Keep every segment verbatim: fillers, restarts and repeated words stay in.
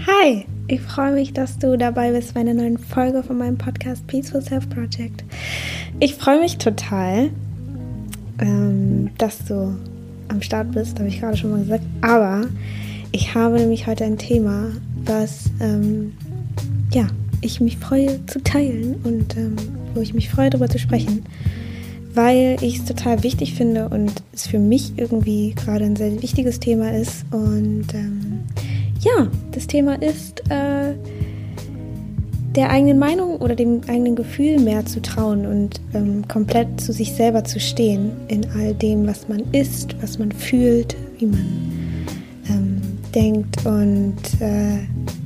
Hi, ich freue mich, dass du dabei bist bei einer neuen Folge von meinem Podcast Peaceful Self Project. Ich freue mich total, ähm, dass du am Start bist, habe ich gerade schon mal gesagt. Aber ich habe nämlich heute ein Thema, was ähm, ja, ich mich freue zu teilen und ähm, wo ich mich freue, darüber zu sprechen, weil ich es total wichtig finde und es für mich irgendwie gerade ein sehr wichtiges Thema ist. Und ähm, ja, das Thema ist, äh, der eigenen Meinung oder dem eigenen Gefühl mehr zu trauen und ähm, komplett zu sich selber zu stehen in all dem, was man ist, was man fühlt, wie man ähm, denkt. Und äh,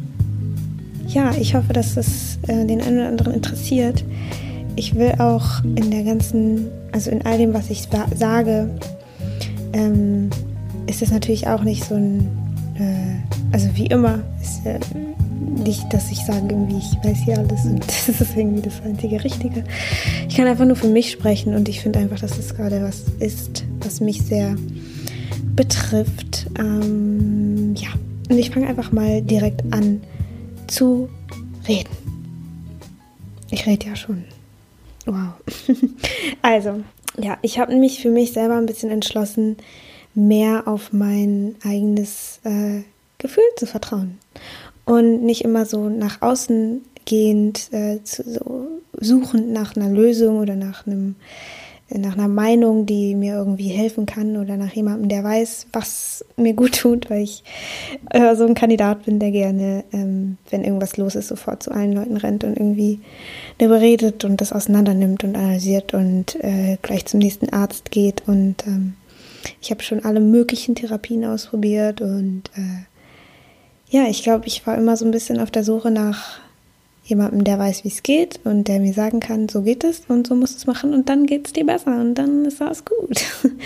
ja, ich hoffe, dass es äh, den einen oder anderen interessiert. Ich will auch in der ganzen, also in all dem, was ich sage, ähm, ist es natürlich auch nicht so ein, äh, also wie immer, ist äh, nicht, dass ich sage irgendwie, ich weiß hier alles und das ist irgendwie das einzige Richtige. Ich kann einfach nur für mich sprechen und ich finde einfach, dass es gerade was ist, was mich sehr betrifft. Ähm, ja, und ich fange einfach mal direkt an zu reden. Ich rede ja schon. Wow. Also, ja, ich habe mich für mich selber ein bisschen entschlossen, mehr auf mein eigenes äh, Gefühl zu vertrauen und nicht immer so nach außen gehend, äh, zu, so suchend nach einer Lösung oder nach einem nach einer Meinung, die mir irgendwie helfen kann oder nach jemandem, der weiß, was mir gut tut, weil ich äh, so ein Kandidat bin, der gerne, ähm, wenn irgendwas los ist, sofort zu allen Leuten rennt und irgendwie darüber redet und das auseinander nimmt und analysiert und äh, gleich zum nächsten Arzt geht. Und ähm, ich habe schon alle möglichen Therapien ausprobiert und äh, ja, ich glaube, ich war immer so ein bisschen auf der Suche nach jemandem, der weiß, wie es geht und der mir sagen kann, so geht es und so musst du es machen und dann geht es dir besser und dann ist alles gut.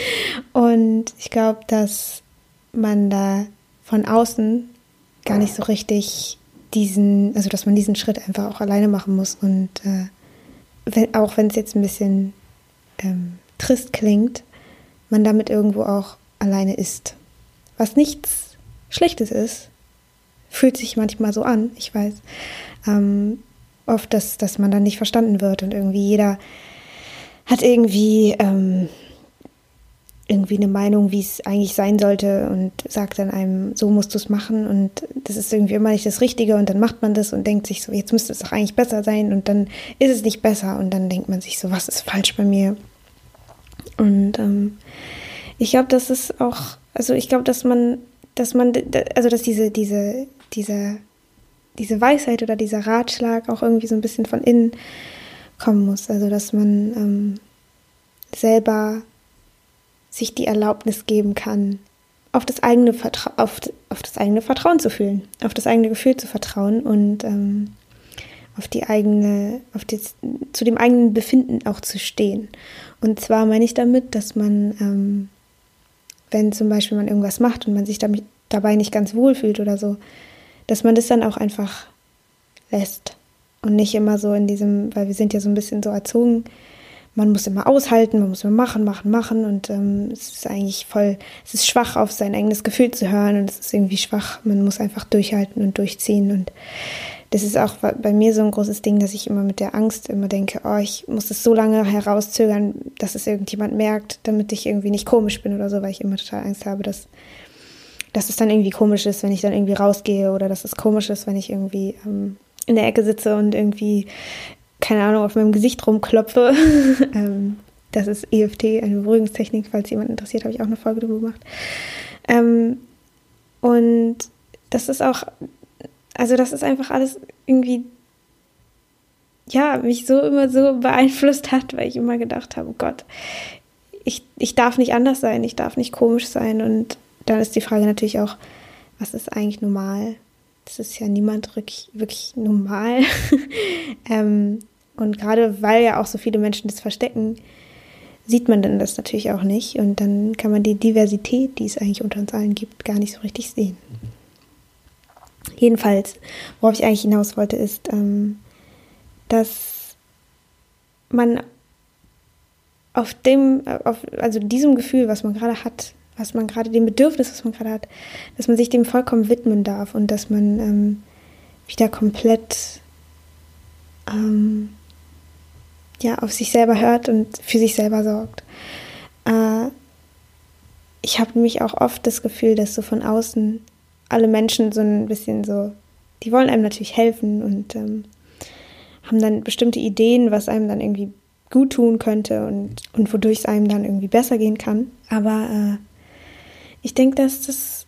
Und ich glaube, dass man da von außen gar nicht so richtig diesen, also dass man diesen Schritt einfach auch alleine machen muss und äh, wenn, auch wenn es jetzt ein bisschen ähm, trist klingt, man damit irgendwo auch alleine ist. Was nichts Schlechtes ist, fühlt sich manchmal so an, ich weiß. Ähm, oft, dass, dass man dann nicht verstanden wird und irgendwie jeder hat irgendwie ähm, irgendwie eine Meinung, wie es eigentlich sein sollte und sagt dann einem, so musst du es machen und das ist irgendwie immer nicht das Richtige und dann macht man das und denkt sich so, jetzt müsste es doch eigentlich besser sein und dann ist es nicht besser und dann denkt man sich so, was ist falsch bei mir? Und ähm, ich glaube, das ist auch, also ich glaube, dass man, dass man, also dass diese, diese, diese diese Weisheit oder dieser Ratschlag auch irgendwie so ein bisschen von innen kommen muss. Also, dass man ähm, selber sich die Erlaubnis geben kann, auf das eigene Vertra- auf, auf das eigene Vertrauen zu fühlen, auf das eigene Gefühl zu vertrauen und ähm, auf die eigene, auf die, zu dem eigenen Befinden auch zu stehen. Und zwar meine ich damit, dass man, ähm, wenn zum Beispiel man irgendwas macht und man sich damit, dabei nicht ganz wohl fühlt oder so, dass man das dann auch einfach lässt und nicht immer so in diesem, weil wir sind ja so ein bisschen so erzogen, man muss immer aushalten, man muss immer machen, machen, machen und ähm, es ist eigentlich voll, es ist schwach, auf sein eigenes Gefühl zu hören und es ist irgendwie schwach, man muss einfach durchhalten und durchziehen und das ist auch bei mir so ein großes Ding, dass ich immer mit der Angst immer denke, oh, ich muss es so lange herauszögern, dass es irgendjemand merkt, damit ich irgendwie nicht komisch bin oder so, weil ich immer total Angst habe, dass dass es dann irgendwie komisch ist, wenn ich dann irgendwie rausgehe oder dass es komisch ist, wenn ich irgendwie ähm, in der Ecke sitze und irgendwie, keine Ahnung, auf meinem Gesicht rumklopfe. ähm, das ist E F T, eine Beruhigungstechnik, falls jemand interessiert, habe ich auch eine Folge darüber gemacht. Ähm, und das ist auch, also das ist einfach alles irgendwie, ja, mich so immer so beeinflusst hat, weil ich immer gedacht habe, oh Gott, ich, ich darf nicht anders sein, ich darf nicht komisch sein und dann ist die Frage natürlich auch, was ist eigentlich normal? Das ist ja niemand wirklich, wirklich normal. ähm, und gerade weil ja auch so viele Menschen das verstecken, sieht man dann das natürlich auch nicht. Und dann kann man die Diversität, die es eigentlich unter uns allen gibt, gar nicht so richtig sehen. Jedenfalls, worauf ich eigentlich hinaus wollte, ist, ähm, dass man auf dem, auf, also diesem Gefühl, was man gerade hat, was man gerade, dem Bedürfnis, was man gerade hat, dass man sich dem vollkommen widmen darf und dass man ähm, wieder komplett ähm, ja, auf sich selber hört und für sich selber sorgt. Äh, ich habe nämlich auch oft das Gefühl, dass so von außen alle Menschen so ein bisschen so, die wollen einem natürlich helfen und ähm, haben dann bestimmte Ideen, was einem dann irgendwie gut tun könnte und, und wodurch es einem dann irgendwie besser gehen kann. Aber äh, ich denke, dass das,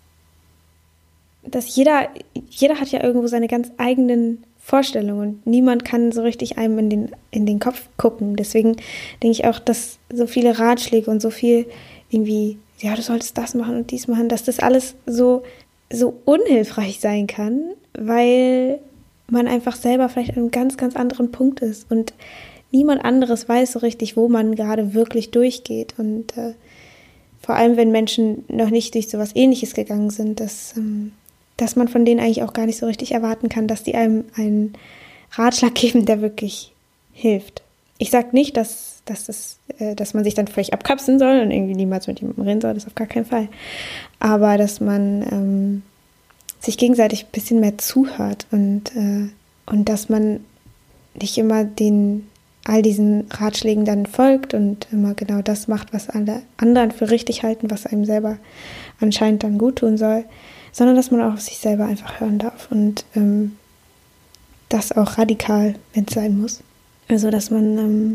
dass jeder, jeder hat ja irgendwo seine ganz eigenen Vorstellungen und niemand kann so richtig einem in den, in den Kopf gucken. Deswegen denke ich auch, dass so viele Ratschläge und so viel irgendwie, ja, du solltest das machen und dies machen, dass das alles so, so unhilfreich sein kann, weil man einfach selber vielleicht an einem ganz, ganz anderen Punkt ist und niemand anderes weiß so richtig, wo man gerade wirklich durchgeht. Und äh, vor allem, wenn Menschen noch nicht durch sowas Ähnliches gegangen sind, dass, ähm, dass man von denen eigentlich auch gar nicht so richtig erwarten kann, dass die einem einen Ratschlag geben, der wirklich hilft. Ich sage nicht, dass, dass, das, äh, dass man sich dann völlig abkapseln soll und irgendwie niemals mit jemandem reden soll, das auf gar keinen Fall. Aber dass man ähm, sich gegenseitig ein bisschen mehr zuhört und, äh, und dass man nicht immer den all diesen Ratschlägen dann folgt und immer genau das macht, was alle anderen für richtig halten, was einem selber anscheinend dann gut tun soll, sondern dass man auch auf sich selber einfach hören darf und ähm, das auch radikal, wenn es sein muss. Also, dass man ähm,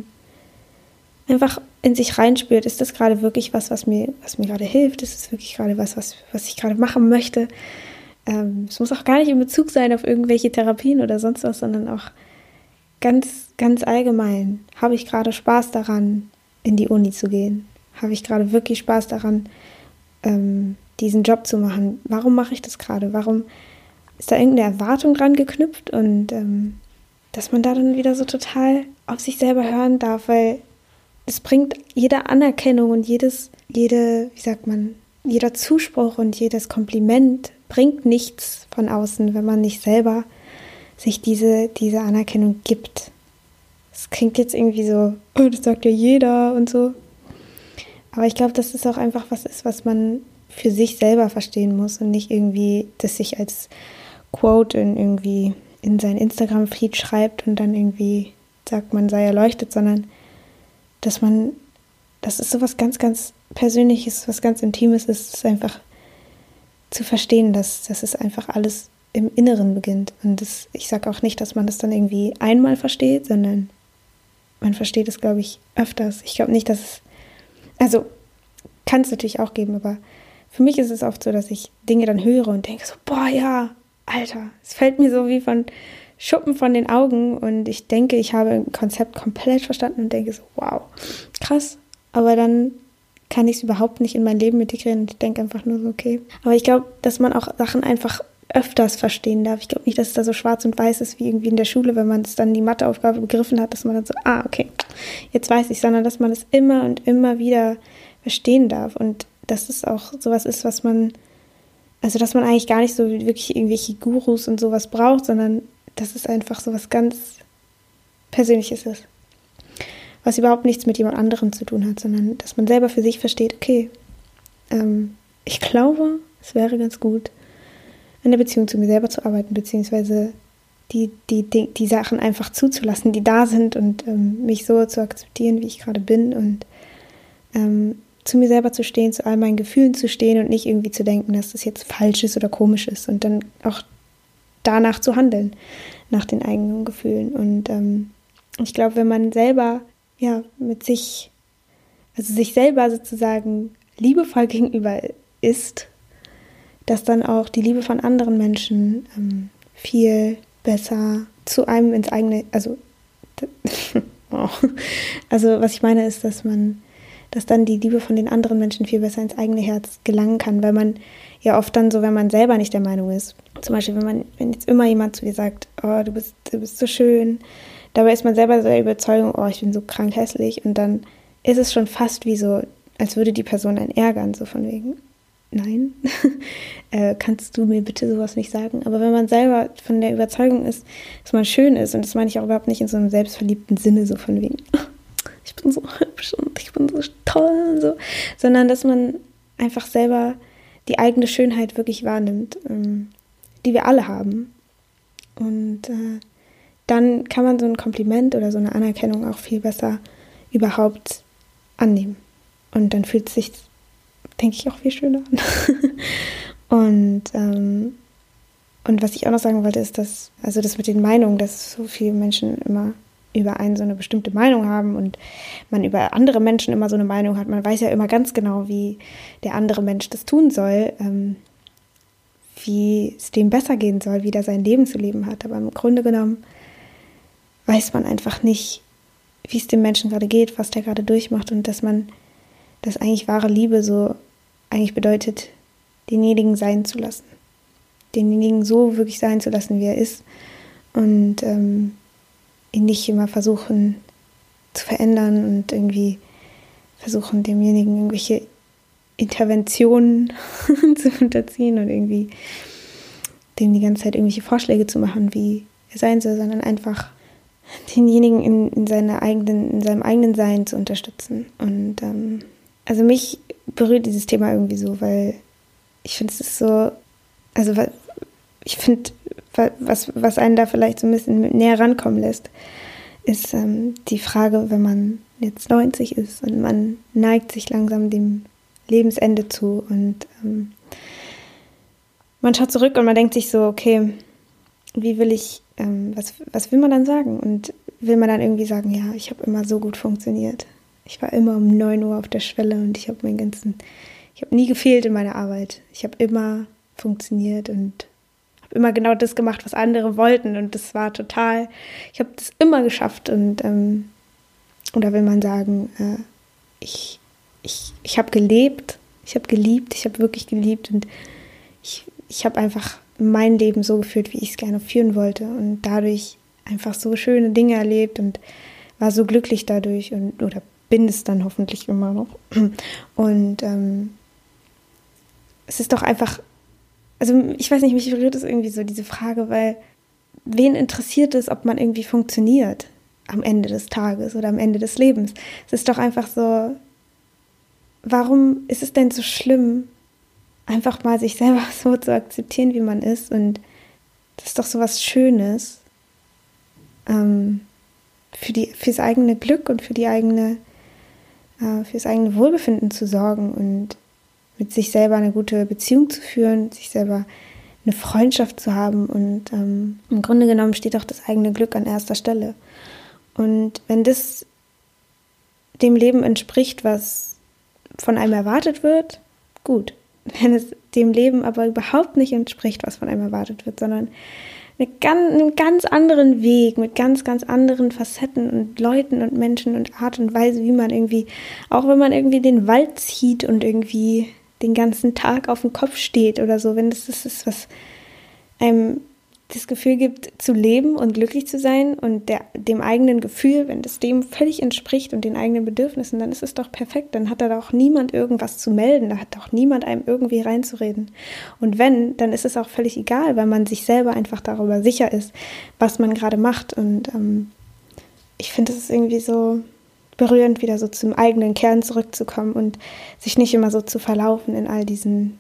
einfach in sich reinspürt, ist das gerade wirklich was, was mir, was mir gerade hilft? Ist es wirklich gerade was, was, was ich gerade machen möchte? Ähm, es muss auch gar nicht in Bezug sein auf irgendwelche Therapien oder sonst was, sondern auch ganz, ganz allgemein. Habe ich gerade Spaß daran, in die Uni zu gehen? Habe ich gerade wirklich Spaß daran, ähm, diesen Job zu machen? Warum mache ich das gerade? Warum ist da irgendeine Erwartung dran geknüpft? Und ähm, dass man da dann wieder so total auf sich selber hören darf, weil es bringt jede Anerkennung und jedes, jede, wie sagt man, jeder Zuspruch und jedes Kompliment bringt nichts von außen, wenn man nicht selber sich diese, diese Anerkennung gibt. Das klingt jetzt irgendwie so, oh, das sagt ja jeder und so. Aber ich glaube, dass es auch einfach was ist, was man für sich selber verstehen muss und nicht irgendwie, das sich als Quote in irgendwie in sein Instagram-Feed schreibt und dann irgendwie sagt, man sei erleuchtet, sondern dass man, das ist so was ganz, ganz Persönliches, was ganz Intimes ist, ist einfach zu verstehen, dass, dass es einfach alles im Inneren beginnt. Und das, ich sage auch nicht, dass man das dann irgendwie einmal versteht, sondern man versteht es, glaube ich, öfters. Ich glaube nicht, dass es, also kann es natürlich auch geben, aber für mich ist es oft so, dass ich Dinge dann höre und denke so, boah, ja, Alter, es fällt mir so wie von Schuppen von den Augen und ich denke, ich habe ein Konzept komplett verstanden und denke so, wow, krass, aber dann kann ich es überhaupt nicht in mein Leben integrieren und ich denke einfach nur so, okay. Aber ich glaube, dass man auch Sachen einfach öfters verstehen darf. Ich glaube nicht, dass es da so schwarz und weiß ist wie irgendwie in der Schule, wenn man es dann die Matheaufgabe begriffen hat, dass man dann so, ah, okay, jetzt weiß ich, sondern dass man es immer und immer wieder verstehen darf und dass es auch sowas ist, was man, also dass man eigentlich gar nicht so wirklich irgendwelche Gurus und sowas braucht, sondern dass es einfach sowas ganz Persönliches ist, was überhaupt nichts mit jemand anderem zu tun hat, sondern dass man selber für sich versteht, okay, ähm, ich glaube, es wäre ganz gut, in der Beziehung zu mir selber zu arbeiten, beziehungsweise die, die, die, die Sachen einfach zuzulassen, die da sind und ähm, mich so zu akzeptieren, wie ich gerade bin und ähm, zu mir selber zu stehen, zu all meinen Gefühlen zu stehen und nicht irgendwie zu denken, dass das jetzt falsch ist oder komisch ist und dann auch danach zu handeln, nach den eigenen Gefühlen. Und ähm, ich glaube, wenn man selber ja mit sich, also sich selber sozusagen liebevoll gegenüber ist, dass dann auch die Liebe von anderen Menschen ähm, viel besser zu einem ins eigene, also wow. Also was ich meine ist, dass man, dass dann die Liebe von den anderen Menschen viel besser ins eigene Herz gelangen kann, weil man ja oft dann so, wenn man selber nicht der Meinung ist, zum Beispiel, wenn man, wenn jetzt immer jemand zu dir sagt, oh, du bist, du bist so schön, dabei ist man selber so der Überzeugung, oh, ich bin so krank hässlich und dann ist es schon fast wie so, als würde die Person einen ärgern, so von wegen, nein, äh, kannst du mir bitte sowas nicht sagen? Aber wenn man selber von der Überzeugung ist, dass man schön ist, und das meine ich auch überhaupt nicht in so einem selbstverliebten Sinne, so von wegen, ich bin so hübsch und ich bin so toll und so, sondern dass man einfach selber die eigene Schönheit wirklich wahrnimmt, ähm, die wir alle haben. Und äh, dann kann man so ein Kompliment oder so eine Anerkennung auch viel besser überhaupt annehmen. Und dann fühlt es sich, denke ich, auch viel schöner an. und, ähm, und was ich auch noch sagen wollte, ist, dass, also das mit den Meinungen, dass so viele Menschen immer über einen so eine bestimmte Meinung haben und man über andere Menschen immer so eine Meinung hat. Man weiß ja immer ganz genau, wie der andere Mensch das tun soll, ähm, wie es dem besser gehen soll, wie der sein Leben zu leben hat. Aber im Grunde genommen weiß man einfach nicht, wie es dem Menschen gerade geht, was der gerade durchmacht und dass man, dass eigentlich wahre Liebe so eigentlich bedeutet, denjenigen sein zu lassen. Denjenigen so wirklich sein zu lassen, wie er ist und ähm, ihn nicht immer versuchen zu verändern und irgendwie versuchen, demjenigen irgendwelche Interventionen zu unterziehen und irgendwie dem die ganze Zeit irgendwelche Vorschläge zu machen, wie er sein soll, sondern einfach denjenigen in, in, seiner eigenen, in seinem eigenen Sein zu unterstützen. Und ähm, also mich berührt dieses Thema irgendwie so, weil ich finde, es ist so, also ich finde, was, was einen da vielleicht so ein bisschen näher rankommen lässt, ist ähm, die Frage, wenn man jetzt neunzig ist und man neigt sich langsam dem Lebensende zu und ähm, man schaut zurück und man denkt sich so, okay, wie will ich, ähm, was, was will man dann sagen? Und will man dann irgendwie sagen, ja, ich habe immer so gut funktioniert. Ich war immer um neun Uhr auf der Schwelle und ich habe meinen ganzen, ich habe nie gefehlt in meiner Arbeit. Ich habe immer funktioniert und habe immer genau das gemacht, was andere wollten und das war total, ich habe das immer geschafft und ähm, oder will man sagen, äh, ich, ich, ich habe gelebt, ich habe geliebt, ich habe wirklich geliebt und ich, ich habe einfach mein Leben so geführt, wie ich es gerne führen wollte und dadurch einfach so schöne Dinge erlebt und war so glücklich dadurch und oder bin es dann hoffentlich immer noch. Und ähm, es ist doch einfach, also ich weiß nicht, mich berührt es irgendwie so, diese Frage, weil wen interessiert es, ob man irgendwie funktioniert am Ende des Tages oder am Ende des Lebens? Es ist doch einfach so, warum ist es denn so schlimm, einfach mal sich selber so zu akzeptieren, wie man ist? Und das ist doch so was Schönes, ähm, für die, fürs eigene Glück und für die eigene, äh, fürs eigene Wohlbefinden zu sorgen und mit sich selber eine gute Beziehung zu führen, sich selber eine Freundschaft zu haben und ähm, im Grunde genommen steht auch das eigene Glück an erster Stelle. Und wenn das dem Leben entspricht, was von einem erwartet wird, gut. Wenn es dem Leben aber überhaupt nicht entspricht, was von einem erwartet wird, sondern eine ganz, einen ganz anderen Weg mit ganz, ganz anderen Facetten und Leuten und Menschen und Art und Weise, wie man irgendwie, auch wenn man irgendwie den Wald zieht und irgendwie den ganzen Tag auf dem Kopf steht oder so, wenn das das ist, was einem das Gefühl gibt, zu leben und glücklich zu sein und der, dem eigenen Gefühl, wenn das dem völlig entspricht und den eigenen Bedürfnissen, dann ist es doch perfekt. Dann hat da doch niemand irgendwas zu melden, da hat doch niemand einem irgendwie reinzureden. Und wenn, dann ist es auch völlig egal, weil man sich selber einfach darüber sicher ist, was man gerade macht. Und ähm, ich finde, es ist irgendwie so berührend, wieder so zum eigenen Kern zurückzukommen und sich nicht immer so zu verlaufen in all diesen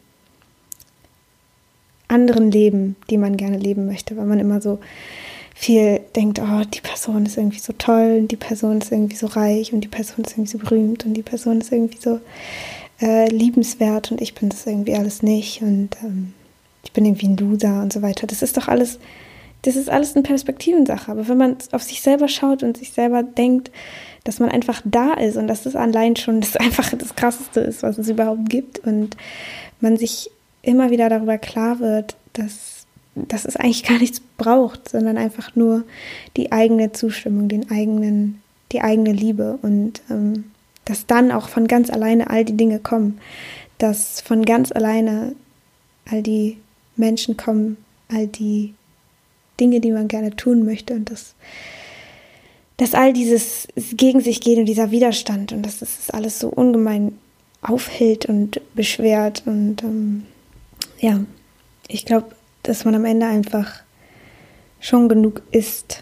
anderen Leben, die man gerne leben möchte, weil man immer so viel denkt, oh, die Person ist irgendwie so toll und die Person ist irgendwie so reich und die Person ist irgendwie so berühmt und die Person ist irgendwie so äh, liebenswert und ich bin das irgendwie alles nicht und ähm, ich bin irgendwie ein Loser und so weiter. Das ist doch alles, das ist alles eine Perspektivensache, aber wenn man auf sich selber schaut und sich selber denkt, dass man einfach da ist und dass das allein schon das einfach das Krasseste ist, was es überhaupt gibt und man sich immer wieder darüber klar wird, dass, dass es eigentlich gar nichts braucht, sondern einfach nur die eigene Zustimmung, den eigenen, die eigene Liebe und ähm, dass dann auch von ganz alleine all die Dinge kommen, dass von ganz alleine all die Menschen kommen, all die Dinge, die man gerne tun möchte und dass, dass all dieses gegen sich gehen und dieser Widerstand und dass das alles so ungemein aufhält und beschwert und ähm, ja, ich glaube, dass man am Ende einfach schon genug ist.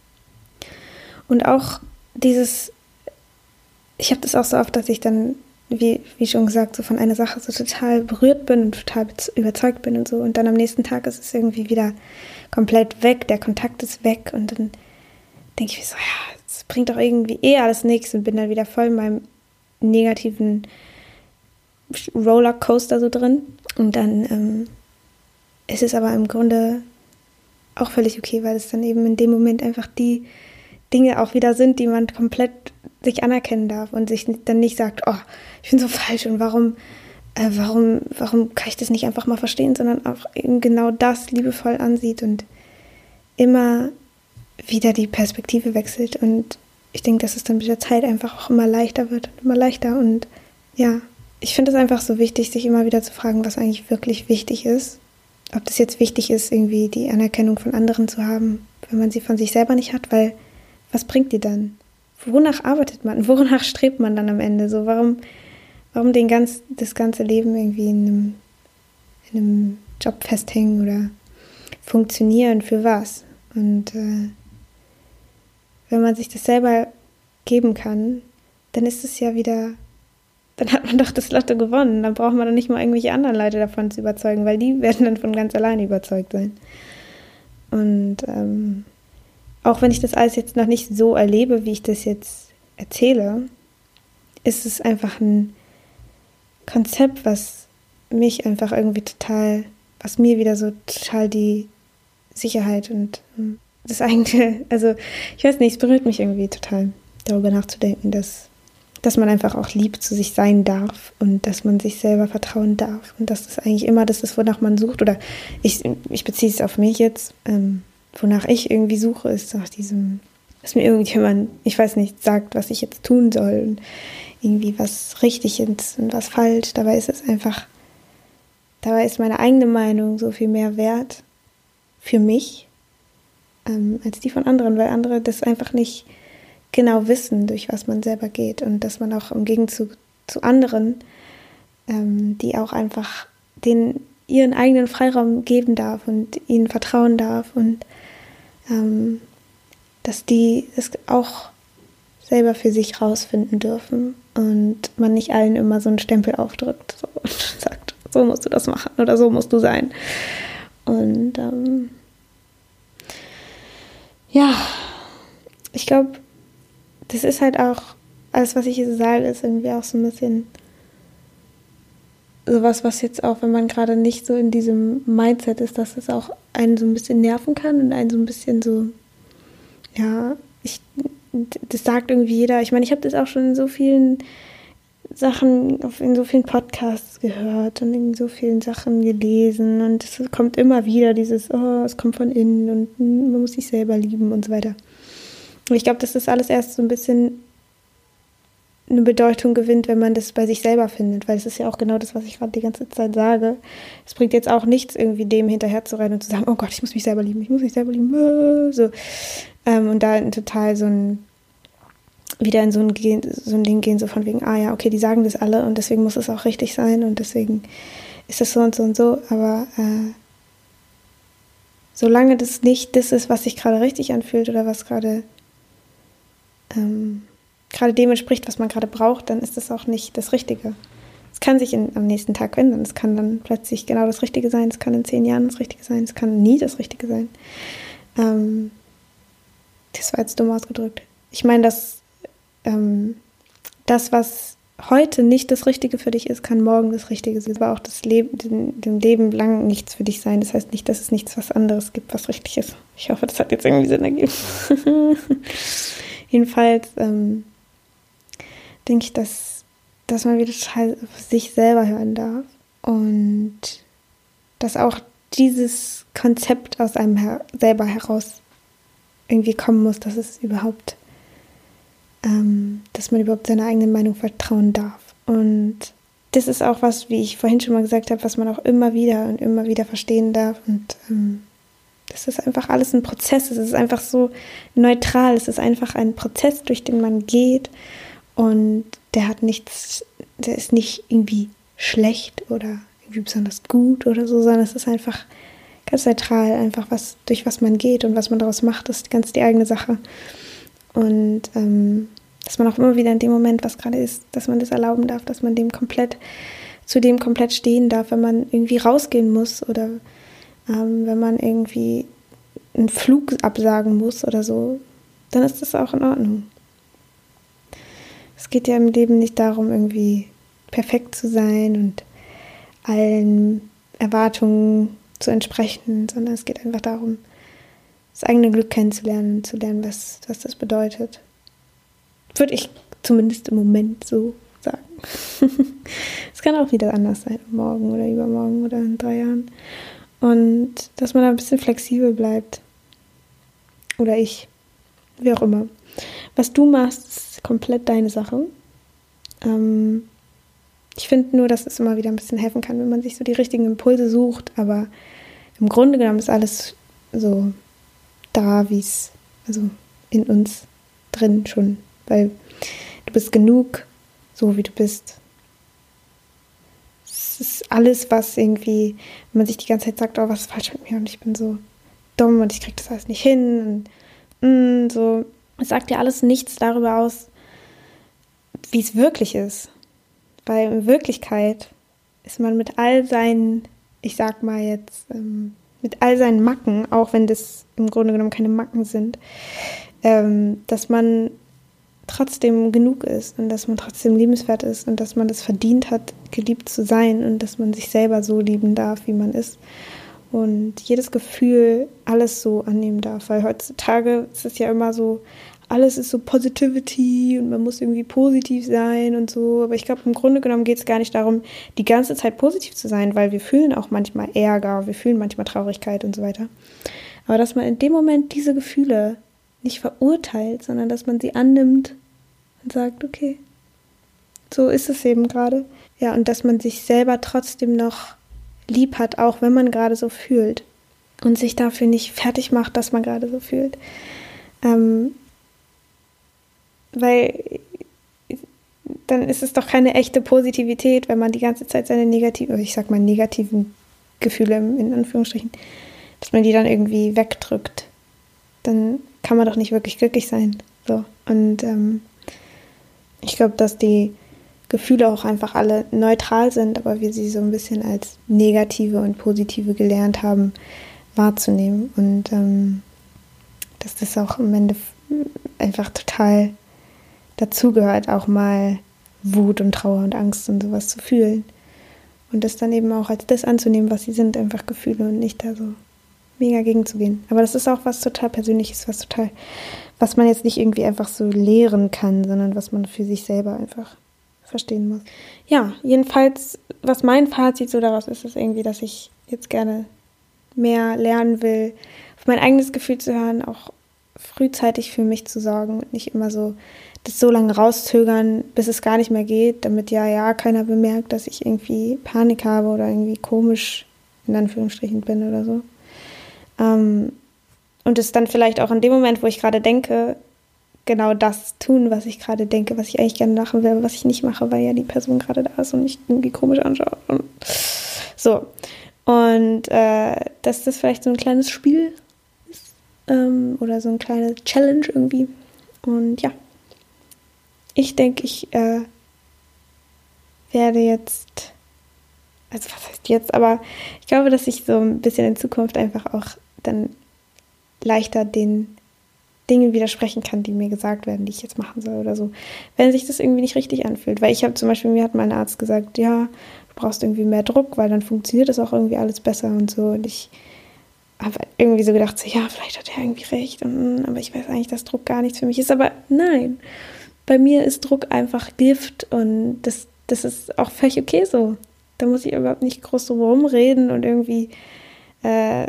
Und auch dieses, ich habe das auch so oft, dass ich dann wie, wie schon gesagt, so von einer Sache so total berührt bin und total überzeugt bin und so. Und dann am nächsten Tag ist es irgendwie wieder komplett weg, der Kontakt ist weg. Und dann denke ich mir so, ja, das bringt doch irgendwie eh alles nichts und bin dann wieder voll in meinem negativen Rollercoaster so drin. Und dann ähm, ist es aber im Grunde auch völlig okay, weil es dann eben in dem Moment einfach die Dinge auch wieder sind, die man komplett sich anerkennen darf und sich dann nicht sagt, oh, ich bin so falsch und warum, äh, warum, warum kann ich das nicht einfach mal verstehen, sondern auch eben genau das liebevoll ansieht und immer wieder die Perspektive wechselt. Und ich denke, dass es dann mit der Zeit einfach auch immer leichter wird, immer leichter. Und ja, ich finde es einfach so wichtig, sich immer wieder zu fragen, was eigentlich wirklich wichtig ist. Ob das jetzt wichtig ist, irgendwie die Anerkennung von anderen zu haben, wenn man sie von sich selber nicht hat, weil was bringt die dann? Wonach arbeitet man? Wonach strebt man dann am Ende? So, warum, warum den ganz, das ganze Leben irgendwie in einem, in einem Job festhängen oder funktionieren? Für was? Und äh, wenn man sich das selber geben kann, dann ist es ja wieder, dann hat man doch das Lotto gewonnen. Dann braucht man dann nicht mal irgendwelche anderen Leute davon zu überzeugen, weil die werden dann von ganz alleine überzeugt sein. Und ähm, auch wenn ich das alles jetzt noch nicht so erlebe, wie ich das jetzt erzähle, ist es einfach ein Konzept, was mich einfach irgendwie total, was mir wieder so total die Sicherheit und das eigene, also ich weiß nicht, es berührt mich irgendwie total, darüber nachzudenken, dass, dass man einfach auch lieb zu sich sein darf und dass man sich selber vertrauen darf und dass das eigentlich immer das ist, wonach man sucht. Oder ich, ich beziehe es auf mich jetzt, ähm, wonach ich irgendwie suche, ist nach diesem, dass mir irgendjemand, ich weiß nicht, sagt, was ich jetzt tun soll und irgendwie was richtig ist und was falsch. Dabei ist es einfach, dabei ist meine eigene Meinung so viel mehr wert für mich ähm, als die von anderen, weil andere das einfach nicht genau wissen, durch was man selber geht und dass man auch im Gegenzug zu anderen, ähm, die auch einfach den ihren eigenen Freiraum geben darf und ihnen vertrauen darf und ähm, dass die es auch selber für sich rausfinden dürfen und man nicht allen immer so einen Stempel aufdrückt so, und sagt, so musst du das machen oder so musst du sein. Und ähm, ja, ich glaube, das ist halt auch, alles, was ich hier sage, ist irgendwie auch so ein bisschen sowas, was jetzt auch, wenn man gerade nicht so in diesem Mindset ist, dass es auch einen so ein bisschen nerven kann und einen so ein bisschen so, ja, ich, das sagt irgendwie jeder. Ich meine, ich habe das auch schon in so vielen Sachen, in so vielen Podcasts gehört und in so vielen Sachen gelesen und es kommt immer wieder dieses, oh, es kommt von innen und man muss sich selber lieben und so weiter. Und ich glaube, dass das alles erst so ein bisschen eine Bedeutung gewinnt, wenn man das bei sich selber findet, weil es ist ja auch genau das, was ich gerade die ganze Zeit sage. Es bringt jetzt auch nichts, irgendwie dem hinterher zu rennen und zu sagen, oh Gott, ich muss mich selber lieben, ich muss mich selber lieben, so. Ähm, und da total so ein, wieder in so ein, so ein Ding gehen, so von wegen, ah ja, okay, die sagen das alle und deswegen muss es auch richtig sein und deswegen ist das so und so und so, aber äh, solange das nicht das ist, was sich gerade richtig anfühlt oder was gerade ähm, gerade dem entspricht, was man gerade braucht, dann ist das auch nicht das Richtige. Es kann sich in, am nächsten Tag ändern. Es kann dann plötzlich genau das Richtige sein. Es kann in zehn Jahren das Richtige sein. Es kann nie das Richtige sein. Ähm, das war jetzt dumm ausgedrückt. Ich meine, dass ähm, das, was heute nicht das Richtige für dich ist, kann morgen das Richtige sein. Aber auch das Leben, dem, dem Leben lang nichts für dich sein. Das heißt nicht, dass es nichts was anderes gibt, was richtig ist. Ich hoffe, das hat jetzt irgendwie Sinn ergeben. Jedenfalls ähm, denke ich, dass, dass man wieder total auf sich selber hören darf und dass auch dieses Konzept aus einem her- selber heraus irgendwie kommen muss, dass es überhaupt, ähm, dass man überhaupt seiner eigenen Meinung vertrauen darf. Und das ist auch was, wie ich vorhin schon mal gesagt habe, was man auch immer wieder und immer wieder verstehen darf und ähm, das ist einfach alles ein Prozess, es ist einfach so neutral, es ist einfach ein Prozess, durch den man geht und der hat nichts, der ist nicht irgendwie schlecht oder irgendwie besonders gut oder so, sondern es ist einfach ganz neutral, einfach was, durch was man geht und was man daraus macht, ist ganz die eigene Sache. Und ähm, Dass man auch immer wieder in dem Moment, was gerade ist, dass man das erlauben darf, dass man dem komplett, zu dem komplett stehen darf, wenn man irgendwie rausgehen muss oder ähm, wenn man irgendwie einen Flug absagen muss oder so, dann ist das auch in Ordnung. Es geht ja im Leben nicht darum, irgendwie perfekt zu sein und allen Erwartungen zu entsprechen, sondern es geht einfach darum, das eigene Glück kennenzulernen, zu lernen, was, was das bedeutet. Würde ich zumindest im Moment so sagen. Es kann auch wieder anders sein, morgen oder übermorgen oder in drei Jahren. Und dass man da ein bisschen flexibel bleibt. Oder ich. Wie auch immer. Was du machst, ist komplett deine Sache. Ähm, ich finde nur, dass es immer wieder ein bisschen helfen kann, wenn man sich so die richtigen Impulse sucht. Aber im Grunde genommen ist alles so da, wie es, also in uns drin schon. Weil du bist genug, so wie du bist. Es ist alles, was irgendwie, wenn man sich die ganze Zeit sagt, oh, was ist falsch mit mir und ich bin so dumm und ich kriege das alles nicht hin und mm, so, es sagt ja alles nichts darüber aus, wie es wirklich ist. Weil in Wirklichkeit ist man mit all seinen, ich sag mal jetzt, ähm, mit all seinen Macken, auch wenn das im Grunde genommen keine Macken sind, ähm, dass man trotzdem genug ist und dass man trotzdem liebenswert ist und dass man das verdient hat, geliebt zu sein und dass man sich selber so lieben darf, wie man ist und jedes Gefühl, alles so annehmen darf, weil heutzutage ist es ja immer so, alles ist so Positivity und man muss irgendwie positiv sein und so, aber ich glaube, im Grunde genommen geht es gar nicht darum, die ganze Zeit positiv zu sein, weil wir fühlen auch manchmal Ärger, wir fühlen manchmal Traurigkeit und so weiter, aber dass man in dem Moment diese Gefühle nicht verurteilt, sondern dass man sie annimmt und sagt, okay, so ist es eben gerade. Ja, und dass man sich selber trotzdem noch lieb hat, auch wenn man gerade so fühlt. Und sich dafür nicht fertig macht, dass man gerade so fühlt. Ähm, weil dann ist es doch keine echte Positivität, wenn man die ganze Zeit seine negativen, ich sag mal negativen Gefühle in Anführungsstrichen, dass man die dann irgendwie wegdrückt. Dann kann man doch nicht wirklich glücklich sein. So. Und ähm, ich glaube, dass die Gefühle auch einfach alle neutral sind, aber wir sie so ein bisschen als negative und positive gelernt haben, wahrzunehmen. Und ähm, dass das auch am Ende einfach total dazugehört, auch mal Wut und Trauer und Angst und sowas zu fühlen. Und das dann eben auch als das anzunehmen, was sie sind, einfach Gefühle und nicht da so mega gegenzugehen. Aber das ist auch was total Persönliches, was total, was man jetzt nicht irgendwie einfach so lehren kann, sondern was man für sich selber einfach verstehen muss. Ja, jedenfalls, was mein Fazit so daraus ist, ist irgendwie, dass ich jetzt gerne mehr lernen will, auf mein eigenes Gefühl zu hören, auch frühzeitig für mich zu sorgen und nicht immer so das so lange rauszögern, bis es gar nicht mehr geht, damit ja, ja, keiner bemerkt, dass ich irgendwie Panik habe oder irgendwie komisch in Anführungsstrichen bin oder so. Ähm, und es dann vielleicht auch in dem Moment, wo ich gerade denke, genau das tun, was ich gerade denke, was ich eigentlich gerne machen will, aber was ich nicht mache, weil ja die Person gerade da ist und mich irgendwie komisch anschaut. Und so. Und äh, dass das vielleicht so ein kleines Spiel ist ähm, oder so eine kleine Challenge irgendwie. Und ja, ich denke, ich äh, werde jetzt, also was heißt jetzt, aber ich glaube, dass ich so ein bisschen in Zukunft einfach auch dann leichter den Dingen widersprechen kann, die mir gesagt werden, die ich jetzt machen soll oder so, wenn sich das irgendwie nicht richtig anfühlt. Weil ich habe zum Beispiel, mir hat mein Arzt gesagt, ja, du brauchst irgendwie mehr Druck, weil dann funktioniert das auch irgendwie alles besser und so. Und ich habe irgendwie so gedacht, so, ja, vielleicht hat er irgendwie recht, und, aber ich weiß eigentlich, dass Druck gar nichts für mich ist. Aber nein, bei mir ist Druck einfach Gift und das, das ist auch völlig okay so. Da muss ich überhaupt nicht groß drum rumreden und irgendwie äh,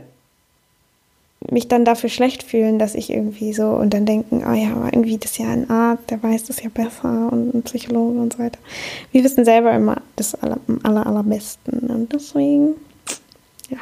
mich dann dafür schlecht fühlen, dass ich irgendwie so und dann denken, oh ja, aber irgendwie das ist ja ein Arzt, der weiß das ja besser und ein Psychologe und so weiter. Wir wissen selber immer das aller, aller, allerbesten und deswegen, ja.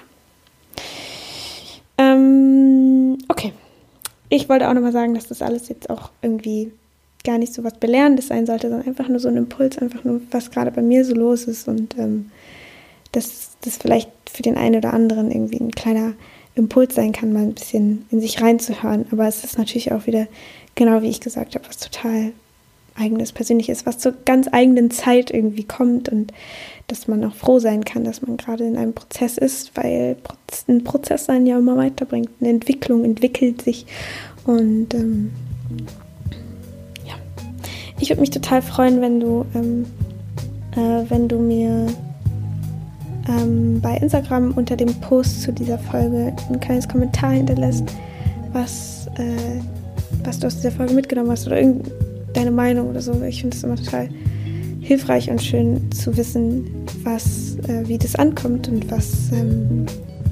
Ähm, okay. Ich wollte auch nochmal sagen, dass das alles jetzt auch irgendwie gar nicht so was Belehrendes sein sollte, sondern einfach nur so ein Impuls, einfach nur, was gerade bei mir so los ist und ähm, dass das vielleicht für den einen oder anderen irgendwie ein kleiner Impuls sein kann, mal ein bisschen in sich reinzuhören. Aber es ist natürlich auch wieder, genau wie ich gesagt habe, was total eigenes, persönliches, was zur ganz eigenen Zeit irgendwie kommt und dass man auch froh sein kann, dass man gerade in einem Prozess ist, weil ein Prozess einen ja immer weiterbringt. Eine Entwicklung entwickelt sich und ähm, ja, ich würde mich total freuen, wenn du, ähm, äh, wenn du mir ähm, bei Instagram unter dem Post zu dieser Folge ein kleines Kommentar hinterlässt, was, äh, was du aus dieser Folge mitgenommen hast oder irgendeine Meinung oder so. Ich finde es immer total hilfreich und schön zu wissen, was, äh, wie das ankommt und was, ähm,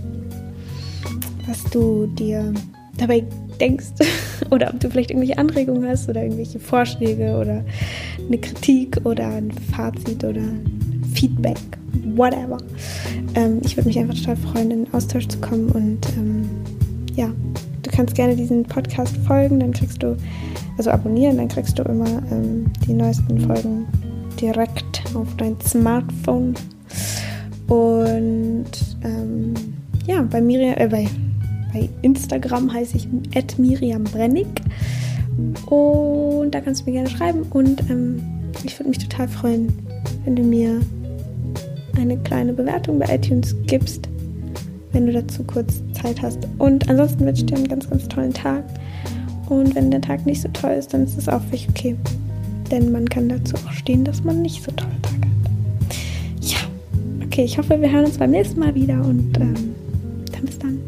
was du dir dabei denkst oder ob du vielleicht irgendwelche Anregungen hast oder irgendwelche Vorschläge oder eine Kritik oder ein Fazit oder Feedback, whatever. Ähm, ich würde mich einfach total freuen, in den Austausch zu kommen und ähm, ja, du kannst gerne diesen Podcast folgen, dann kriegst du, also abonnieren, dann kriegst du immer ähm, die neuesten Folgen direkt auf dein Smartphone. Und ähm, ja, bei Miriam, äh, bei, bei Instagram heiße ich at Miriam Brennig. Und da kannst du mir gerne schreiben. Und ähm, ich würde mich total freuen, wenn du mir eine kleine Bewertung bei iTunes gibst, wenn du dazu kurz Zeit hast. Und ansonsten wünsche ich dir einen ganz, ganz tollen Tag. Und wenn der Tag nicht so toll ist, dann ist es auch völlig okay. Denn man kann dazu auch stehen, dass man nicht so tolle Tage hat. Ja, okay, ich hoffe, wir hören uns beim nächsten Mal wieder und ähm, dann bis dann.